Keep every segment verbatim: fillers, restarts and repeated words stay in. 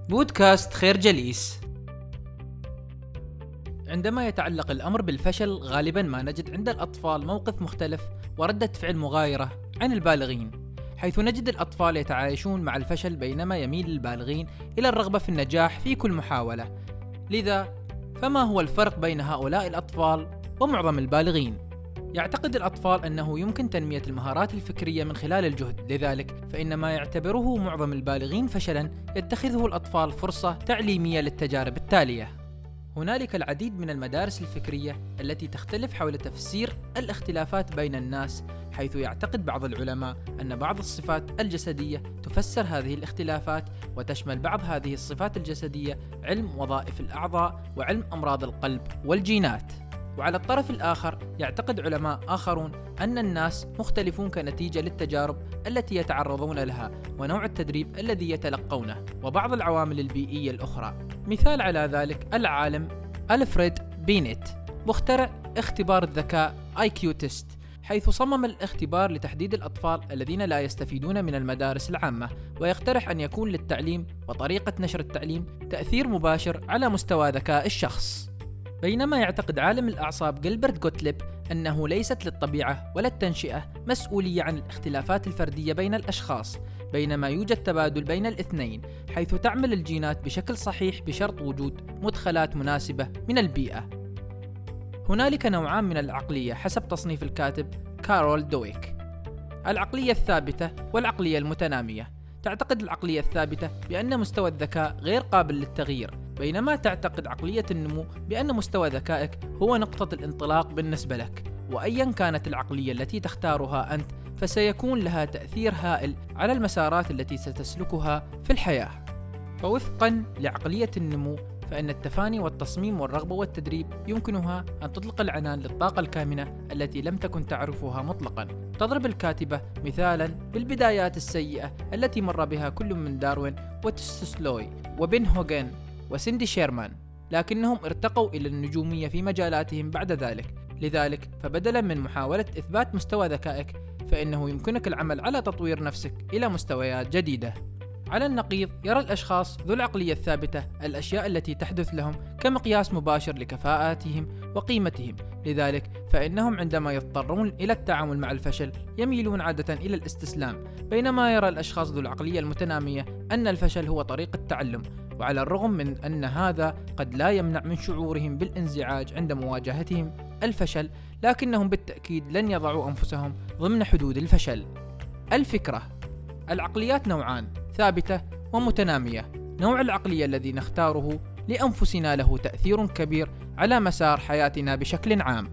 بودكاست خير جليس. عندما يتعلق الأمر بالفشل غالباً ما نجد عند الأطفال موقف مختلف وردة فعل مغايرة عن البالغين، حيث نجد الأطفال يتعايشون مع الفشل بينما يميل البالغين إلى الرغبة في النجاح في كل محاولة. لذا فما هو الفرق بين هؤلاء الأطفال ومعظم البالغين؟ يعتقد الأطفال أنه يمكن تنمية المهارات الفكرية من خلال الجهد، لذلك فإن ما يعتبره معظم البالغين فشلاً يتخذه الأطفال فرصة تعليمية للتجارب التالية. هنالك العديد من المدارس الفكرية التي تختلف حول تفسير الاختلافات بين الناس، حيث يعتقد بعض العلماء أن بعض الصفات الجسدية تفسر هذه الاختلافات، وتشمل بعض هذه الصفات الجسدية علم وظائف الأعضاء وعلم أمراض القلب والجينات. وعلى الطرف الآخر يعتقد علماء آخرون أن الناس مختلفون كنتيجة للتجارب التي يتعرضون لها ونوع التدريب الذي يتلقونه وبعض العوامل البيئية الأخرى. مثال على ذلك العالم ألفريد بينيت، مخترع اختبار الذكاء آي كيو تيست، حيث صمم الاختبار لتحديد الأطفال الذين لا يستفيدون من المدارس العامة، ويقترح أن يكون للتعليم وطريقة نشر التعليم تأثير مباشر على مستوى ذكاء الشخص. بينما يعتقد عالم الأعصاب جيلبرت جوتليب أنه ليست للطبيعة ولا التنشئة مسؤولية عن الاختلافات الفردية بين الأشخاص، بينما يوجد تبادل بين الاثنين، حيث تعمل الجينات بشكل صحيح بشرط وجود مدخلات مناسبة من البيئة. هنالك نوعان من العقلية حسب تصنيف الكاتب كارول دويك: العقلية الثابتة والعقلية المتنامية. تعتقد العقلية الثابتة بأن مستوى الذكاء غير قابل للتغيير، بينما تعتقد عقلية النمو بأن مستوى ذكائك هو نقطة الانطلاق بالنسبة لك، وأيا كانت العقلية التي تختارها أنت فسيكون لها تأثير هائل على المسارات التي ستسلكها في الحياة. فوفقا لعقلية النمو فإن التفاني والتصميم والرغبة والتدريب يمكنها أن تطلق العنان للطاقة الكامنة التي لم تكن تعرفها مطلقا. تضرب الكاتبة مثالا بالبدايات السيئة التي مر بها كل من داروين وتولستوي وبن هوغن وسيندي شيرمان، لكنهم ارتقوا إلى النجومية في مجالاتهم بعد ذلك. لذلك فبدلا من محاولة إثبات مستوى ذكائك فإنه يمكنك العمل على تطوير نفسك إلى مستويات جديدة. على النقيض يرى الأشخاص ذو العقلية الثابتة الأشياء التي تحدث لهم كمقياس مباشر لكفاءاتهم وقيمتهم، لذلك فإنهم عندما يضطرون إلى التعامل مع الفشل يميلون عادة إلى الاستسلام. بينما يرى الأشخاص ذو العقلية المتنامية أن الفشل هو طريق التعلم، وعلى الرغم من أن هذا قد لا يمنع من شعورهم بالانزعاج عند مواجهتهم الفشل، لكنهم بالتأكيد لن يضعوا أنفسهم ضمن حدود الفشل. الفكرة: العقليات نوعان، ثابتة ومتنامية. نوع العقلية الذي نختاره لأنفسنا له تأثير كبير على مسار حياتنا بشكل عام.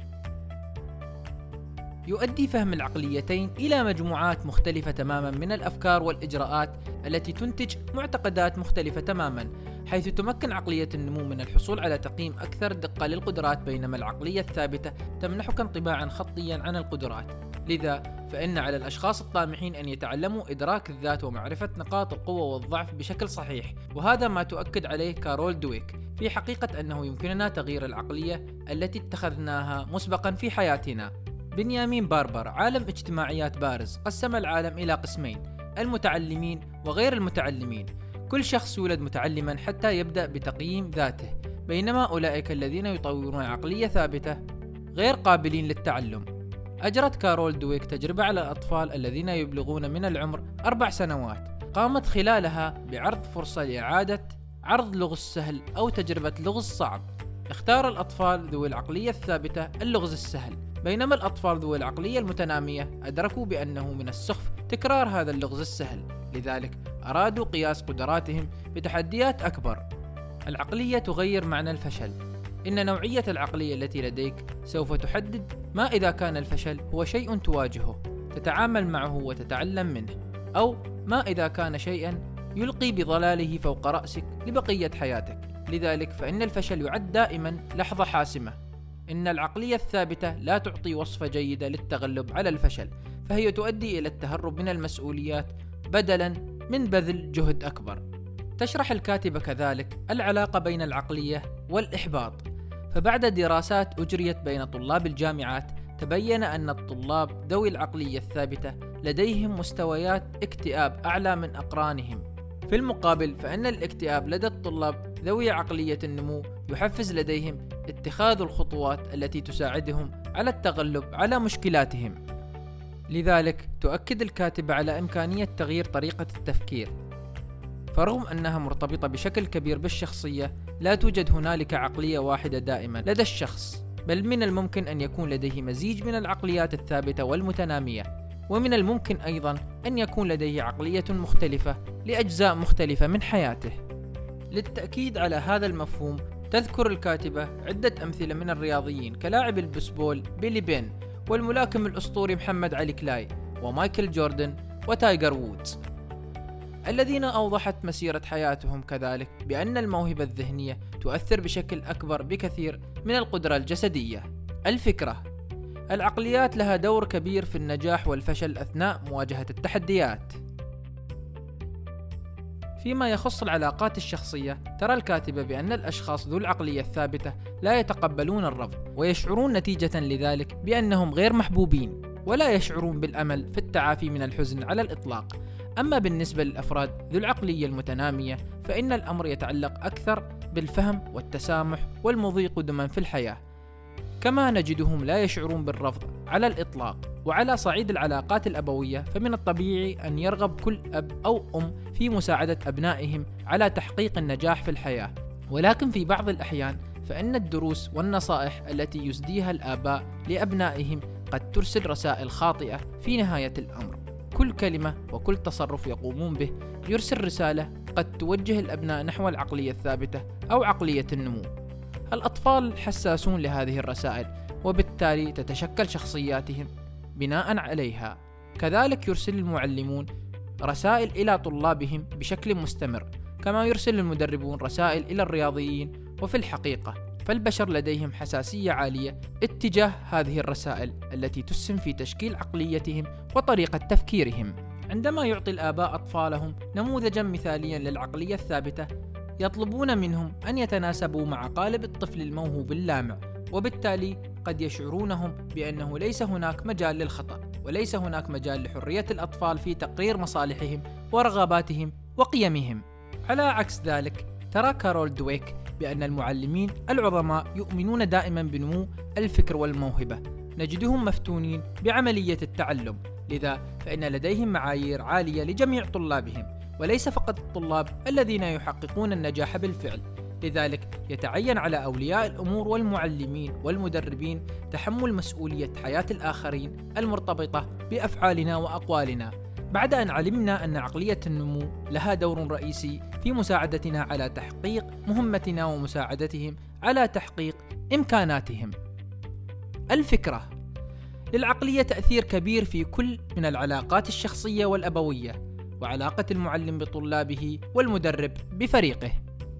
يؤدي فهم العقليتين إلى مجموعات مختلفة تماما من الأفكار والإجراءات التي تنتج معتقدات مختلفة تماما، حيث تمكن عقلية النمو من الحصول على تقييم أكثر دقة للقدرات، بينما العقلية الثابتة تمنحك انطباعا خطيا عن القدرات. لذا فإن على الأشخاص الطامحين أن يتعلموا إدراك الذات ومعرفة نقاط القوة والضعف بشكل صحيح، وهذا ما تؤكد عليه كارول دويك في حقيقة أنه يمكننا تغيير العقلية التي اتخذناها مسبقا في حياتنا. بنيامين باربر، عالم اجتماعيات بارز، قسم العالم إلى قسمين: المتعلمين وغير المتعلمين. كل شخص يولد متعلما حتى يبدأ بتقييم ذاته، بينما أولئك الذين يطورون عقلية ثابتة غير قابلين للتعلم. أجرت كارول دويك تجربة على الأطفال الذين يبلغون من العمر أربع سنوات، قامت خلالها بعرض فرصة لإعادة عرض لغز سهل أو تجربة لغز صعب. اختار الأطفال ذوي العقلية الثابتة اللغز السهل، بينما الأطفال ذوي العقلية المتنامية أدركوا بأنه من السخف تكرار هذا اللغز السهل، لذلك أرادوا قياس قدراتهم بتحديات أكبر. العقلية تغير معنى الفشل. إن نوعية العقلية التي لديك سوف تحدد ما إذا كان الفشل هو شيء تواجهه، تتعامل معه وتتعلم منه، أو ما إذا كان شيئا يلقي بظلاله فوق رأسك لبقية حياتك. لذلك فإن الفشل يعد دائما لحظة حاسمة. إن العقلية الثابتة لا تعطي وصفة جيدة للتغلب على الفشل، فهي تؤدي إلى التهرب من المسؤوليات بدلا من بذل جهد أكبر. تشرح الكاتبة كذلك العلاقة بين العقلية والإحباط، فبعد دراسات أجريت بين طلاب الجامعات تبين أن الطلاب ذوي العقلية الثابتة لديهم مستويات اكتئاب أعلى من أقرانهم، في المقابل فإن الاكتئاب لدى الطلاب ذوي عقلية النمو يحفز لديهم اتخاذ الخطوات التي تساعدهم على التغلب على مشكلاتهم. لذلك تؤكد الكاتبة على إمكانية تغيير طريقة التفكير، فرغم أنها مرتبطة بشكل كبير بالشخصية، لا توجد هنالك عقلية واحدة دائما لدى الشخص، بل من الممكن أن يكون لديه مزيج من العقليات الثابتة والمتنامية، ومن الممكن أيضا أن يكون لديه عقلية مختلفة لأجزاء مختلفة من حياته. للتأكيد على هذا المفهوم تذكر الكاتبة عدة أمثلة من الرياضيين كلاعب البسبول بيلي بين، والملاكم الأسطوري محمد علي كلاي، ومايكل جوردن، وتايجر وودز، الذين أوضحت مسيرة حياتهم كذلك بأن الموهبة الذهنية تؤثر بشكل أكبر بكثير من القدرة الجسدية. الفكرة: العقليات لها دور كبير في النجاح والفشل أثناء مواجهة التحديات. فيما يخص العلاقات الشخصية، ترى الكاتبة بأن الأشخاص ذو العقلية الثابتة لا يتقبلون الرفض، ويشعرون نتيجة لذلك بأنهم غير محبوبين، ولا يشعرون بالأمل في التعافي من الحزن على الإطلاق. أما بالنسبة للأفراد ذو العقلية المتنامية فإن الأمر يتعلق أكثر بالفهم والتسامح والمضي قدما في الحياة، كما نجدهم لا يشعرون بالرفض على الإطلاق. وعلى صعيد العلاقات الأبوية فمن الطبيعي أن يرغب كل أب أو أم في مساعدة أبنائهم على تحقيق النجاح في الحياة، ولكن في بعض الأحيان فإن الدروس والنصائح التي يسديها الآباء لأبنائهم قد ترسل رسائل خاطئة في نهاية الأمر. كل كلمة وكل تصرف يقومون به يرسل رسالة قد توجه الأبناء نحو العقلية الثابتة أو عقلية النمو. الأطفال حساسون لهذه الرسائل، وبالتالي تتشكل شخصياتهم بناء عليها. كذلك يرسل المعلمون رسائل إلى طلابهم بشكل مستمر، كما يرسل المدربون رسائل إلى الرياضيين. وفي الحقيقة فالبشر لديهم حساسية عالية اتجاه هذه الرسائل التي تسهم في تشكيل عقليتهم وطريقة تفكيرهم. عندما يعطي الآباء أطفالهم نموذجا مثاليا للعقلية الثابتة، يطلبون منهم أن يتناسبوا مع قالب الطفل الموهوب اللامع، وبالتالي قد يشعرونهم بأنه ليس هناك مجال للخطأ، وليس هناك مجال لحرية الأطفال في تقرير مصالحهم ورغباتهم وقيمهم. على عكس ذلك، ترى كارول دويك بأن المعلمين العظماء يؤمنون دائما بنمو الفكر والموهبة. نجدهم مفتونين بعملية التعلم، لذا فإن لديهم معايير عالية لجميع طلابهم، وليس فقط الطلاب الذين يحققون النجاح بالفعل. لذلك يتعين على أولياء الأمور والمعلمين والمدربين تحمل مسؤولية حياة الآخرين المرتبطة بأفعالنا وأقوالنا، بعد أن علمنا أن عقلية النمو لها دور رئيسي في مساعدتنا على تحقيق مهمتنا ومساعدتهم على تحقيق إمكاناتهم. الفكرة: للعقلية تأثير كبير في كل من العلاقات الشخصية والأبوية، وعلاقة المعلم بطلابه والمدرب بفريقه.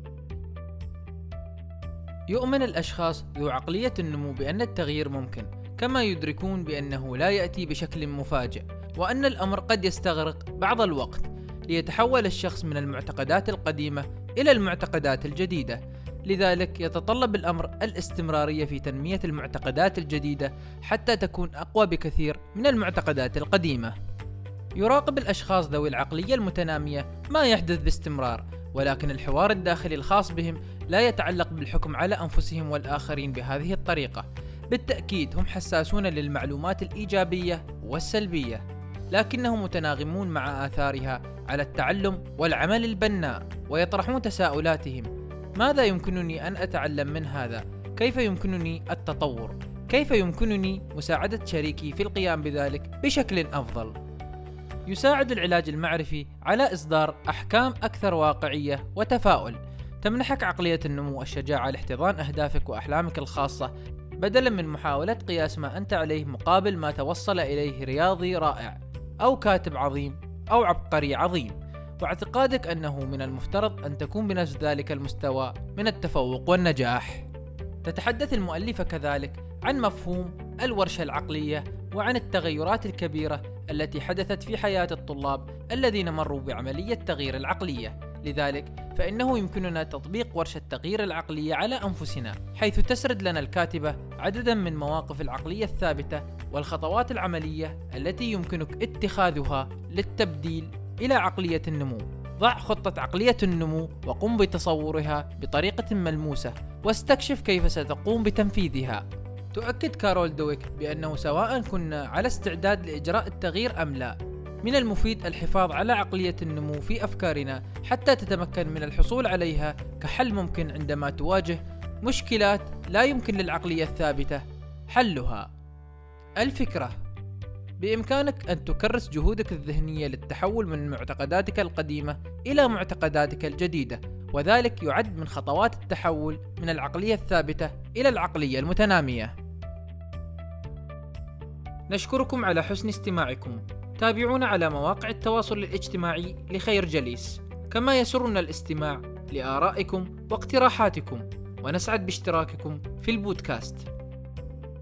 يؤمن الأشخاص ذو عقلية النمو بأن التغيير ممكن، كما يدركون بأنه لا يأتي بشكل مفاجئ، وأن الأمر قد يستغرق بعض الوقت ليتحول الشخص من المعتقدات القديمة إلى المعتقدات الجديدة. لذلك يتطلب الأمر الاستمرارية في تنمية المعتقدات الجديدة حتى تكون أقوى بكثير من المعتقدات القديمة. يراقب الأشخاص ذوي العقلية المتنامية ما يحدث باستمرار، ولكن الحوار الداخلي الخاص بهم لا يتعلق بالحكم على أنفسهم والآخرين بهذه الطريقة. بالتأكيد هم حساسون للمعلومات الإيجابية والسلبية، لكنهم متناغمون مع آثارها على التعلم والعمل البناء، ويطرحون تساؤلاتهم: ماذا يمكنني أن أتعلم من هذا؟ كيف يمكنني التطور؟ كيف يمكنني مساعدة شريكي في القيام بذلك بشكل أفضل؟ يساعد العلاج المعرفي على إصدار أحكام أكثر واقعية وتفاؤل، تمنحك عقلية النمو الشجاعة لاحتضان أهدافك وأحلامك الخاصة، بدلاً من محاولة قياس ما أنت عليه مقابل ما توصل إليه رياضي رائع أو كاتب عظيم أو عبقري عظيم، واعتقادك أنه من المفترض أن تكون بنفس ذلك المستوى من التفوق والنجاح. تتحدث المؤلفة كذلك عن مفهوم الورشة العقلية وعن التغيرات الكبيرة التي حدثت في حياة الطلاب الذين مروا بعملية تغيير العقلية. لذلك فإنه يمكننا تطبيق ورشة تغيير العقلية على أنفسنا، حيث تسرد لنا الكاتبة عددا من مواقف العقلية الثابتة والخطوات العملية التي يمكنك اتخاذها للتبديل إلى عقلية النمو. ضع خطة عقلية النمو وقم بتصورها بطريقة ملموسة، واستكشف كيف ستقوم بتنفيذها. تؤكد كارول دويك بأنه سواء كنا على استعداد لإجراء التغيير أم لا، من المفيد الحفاظ على عقلية النمو في أفكارنا حتى تتمكن من الحصول عليها كحل ممكن عندما تواجه مشكلات لا يمكن للعقلية الثابتة حلها. الفكرة: بإمكانك أن تكرس جهودك الذهنية للتحول من معتقداتك القديمة إلى معتقداتك الجديدة، وذلك يعد من خطوات التحول من العقلية الثابتة إلى العقلية المتنامية. نشكركم على حسن استماعكم. تابعونا على مواقع التواصل الاجتماعي لخير جليس، كما يسرنا الاستماع لآرائكم واقتراحاتكم، ونسعد باشتراككم في البودكاست.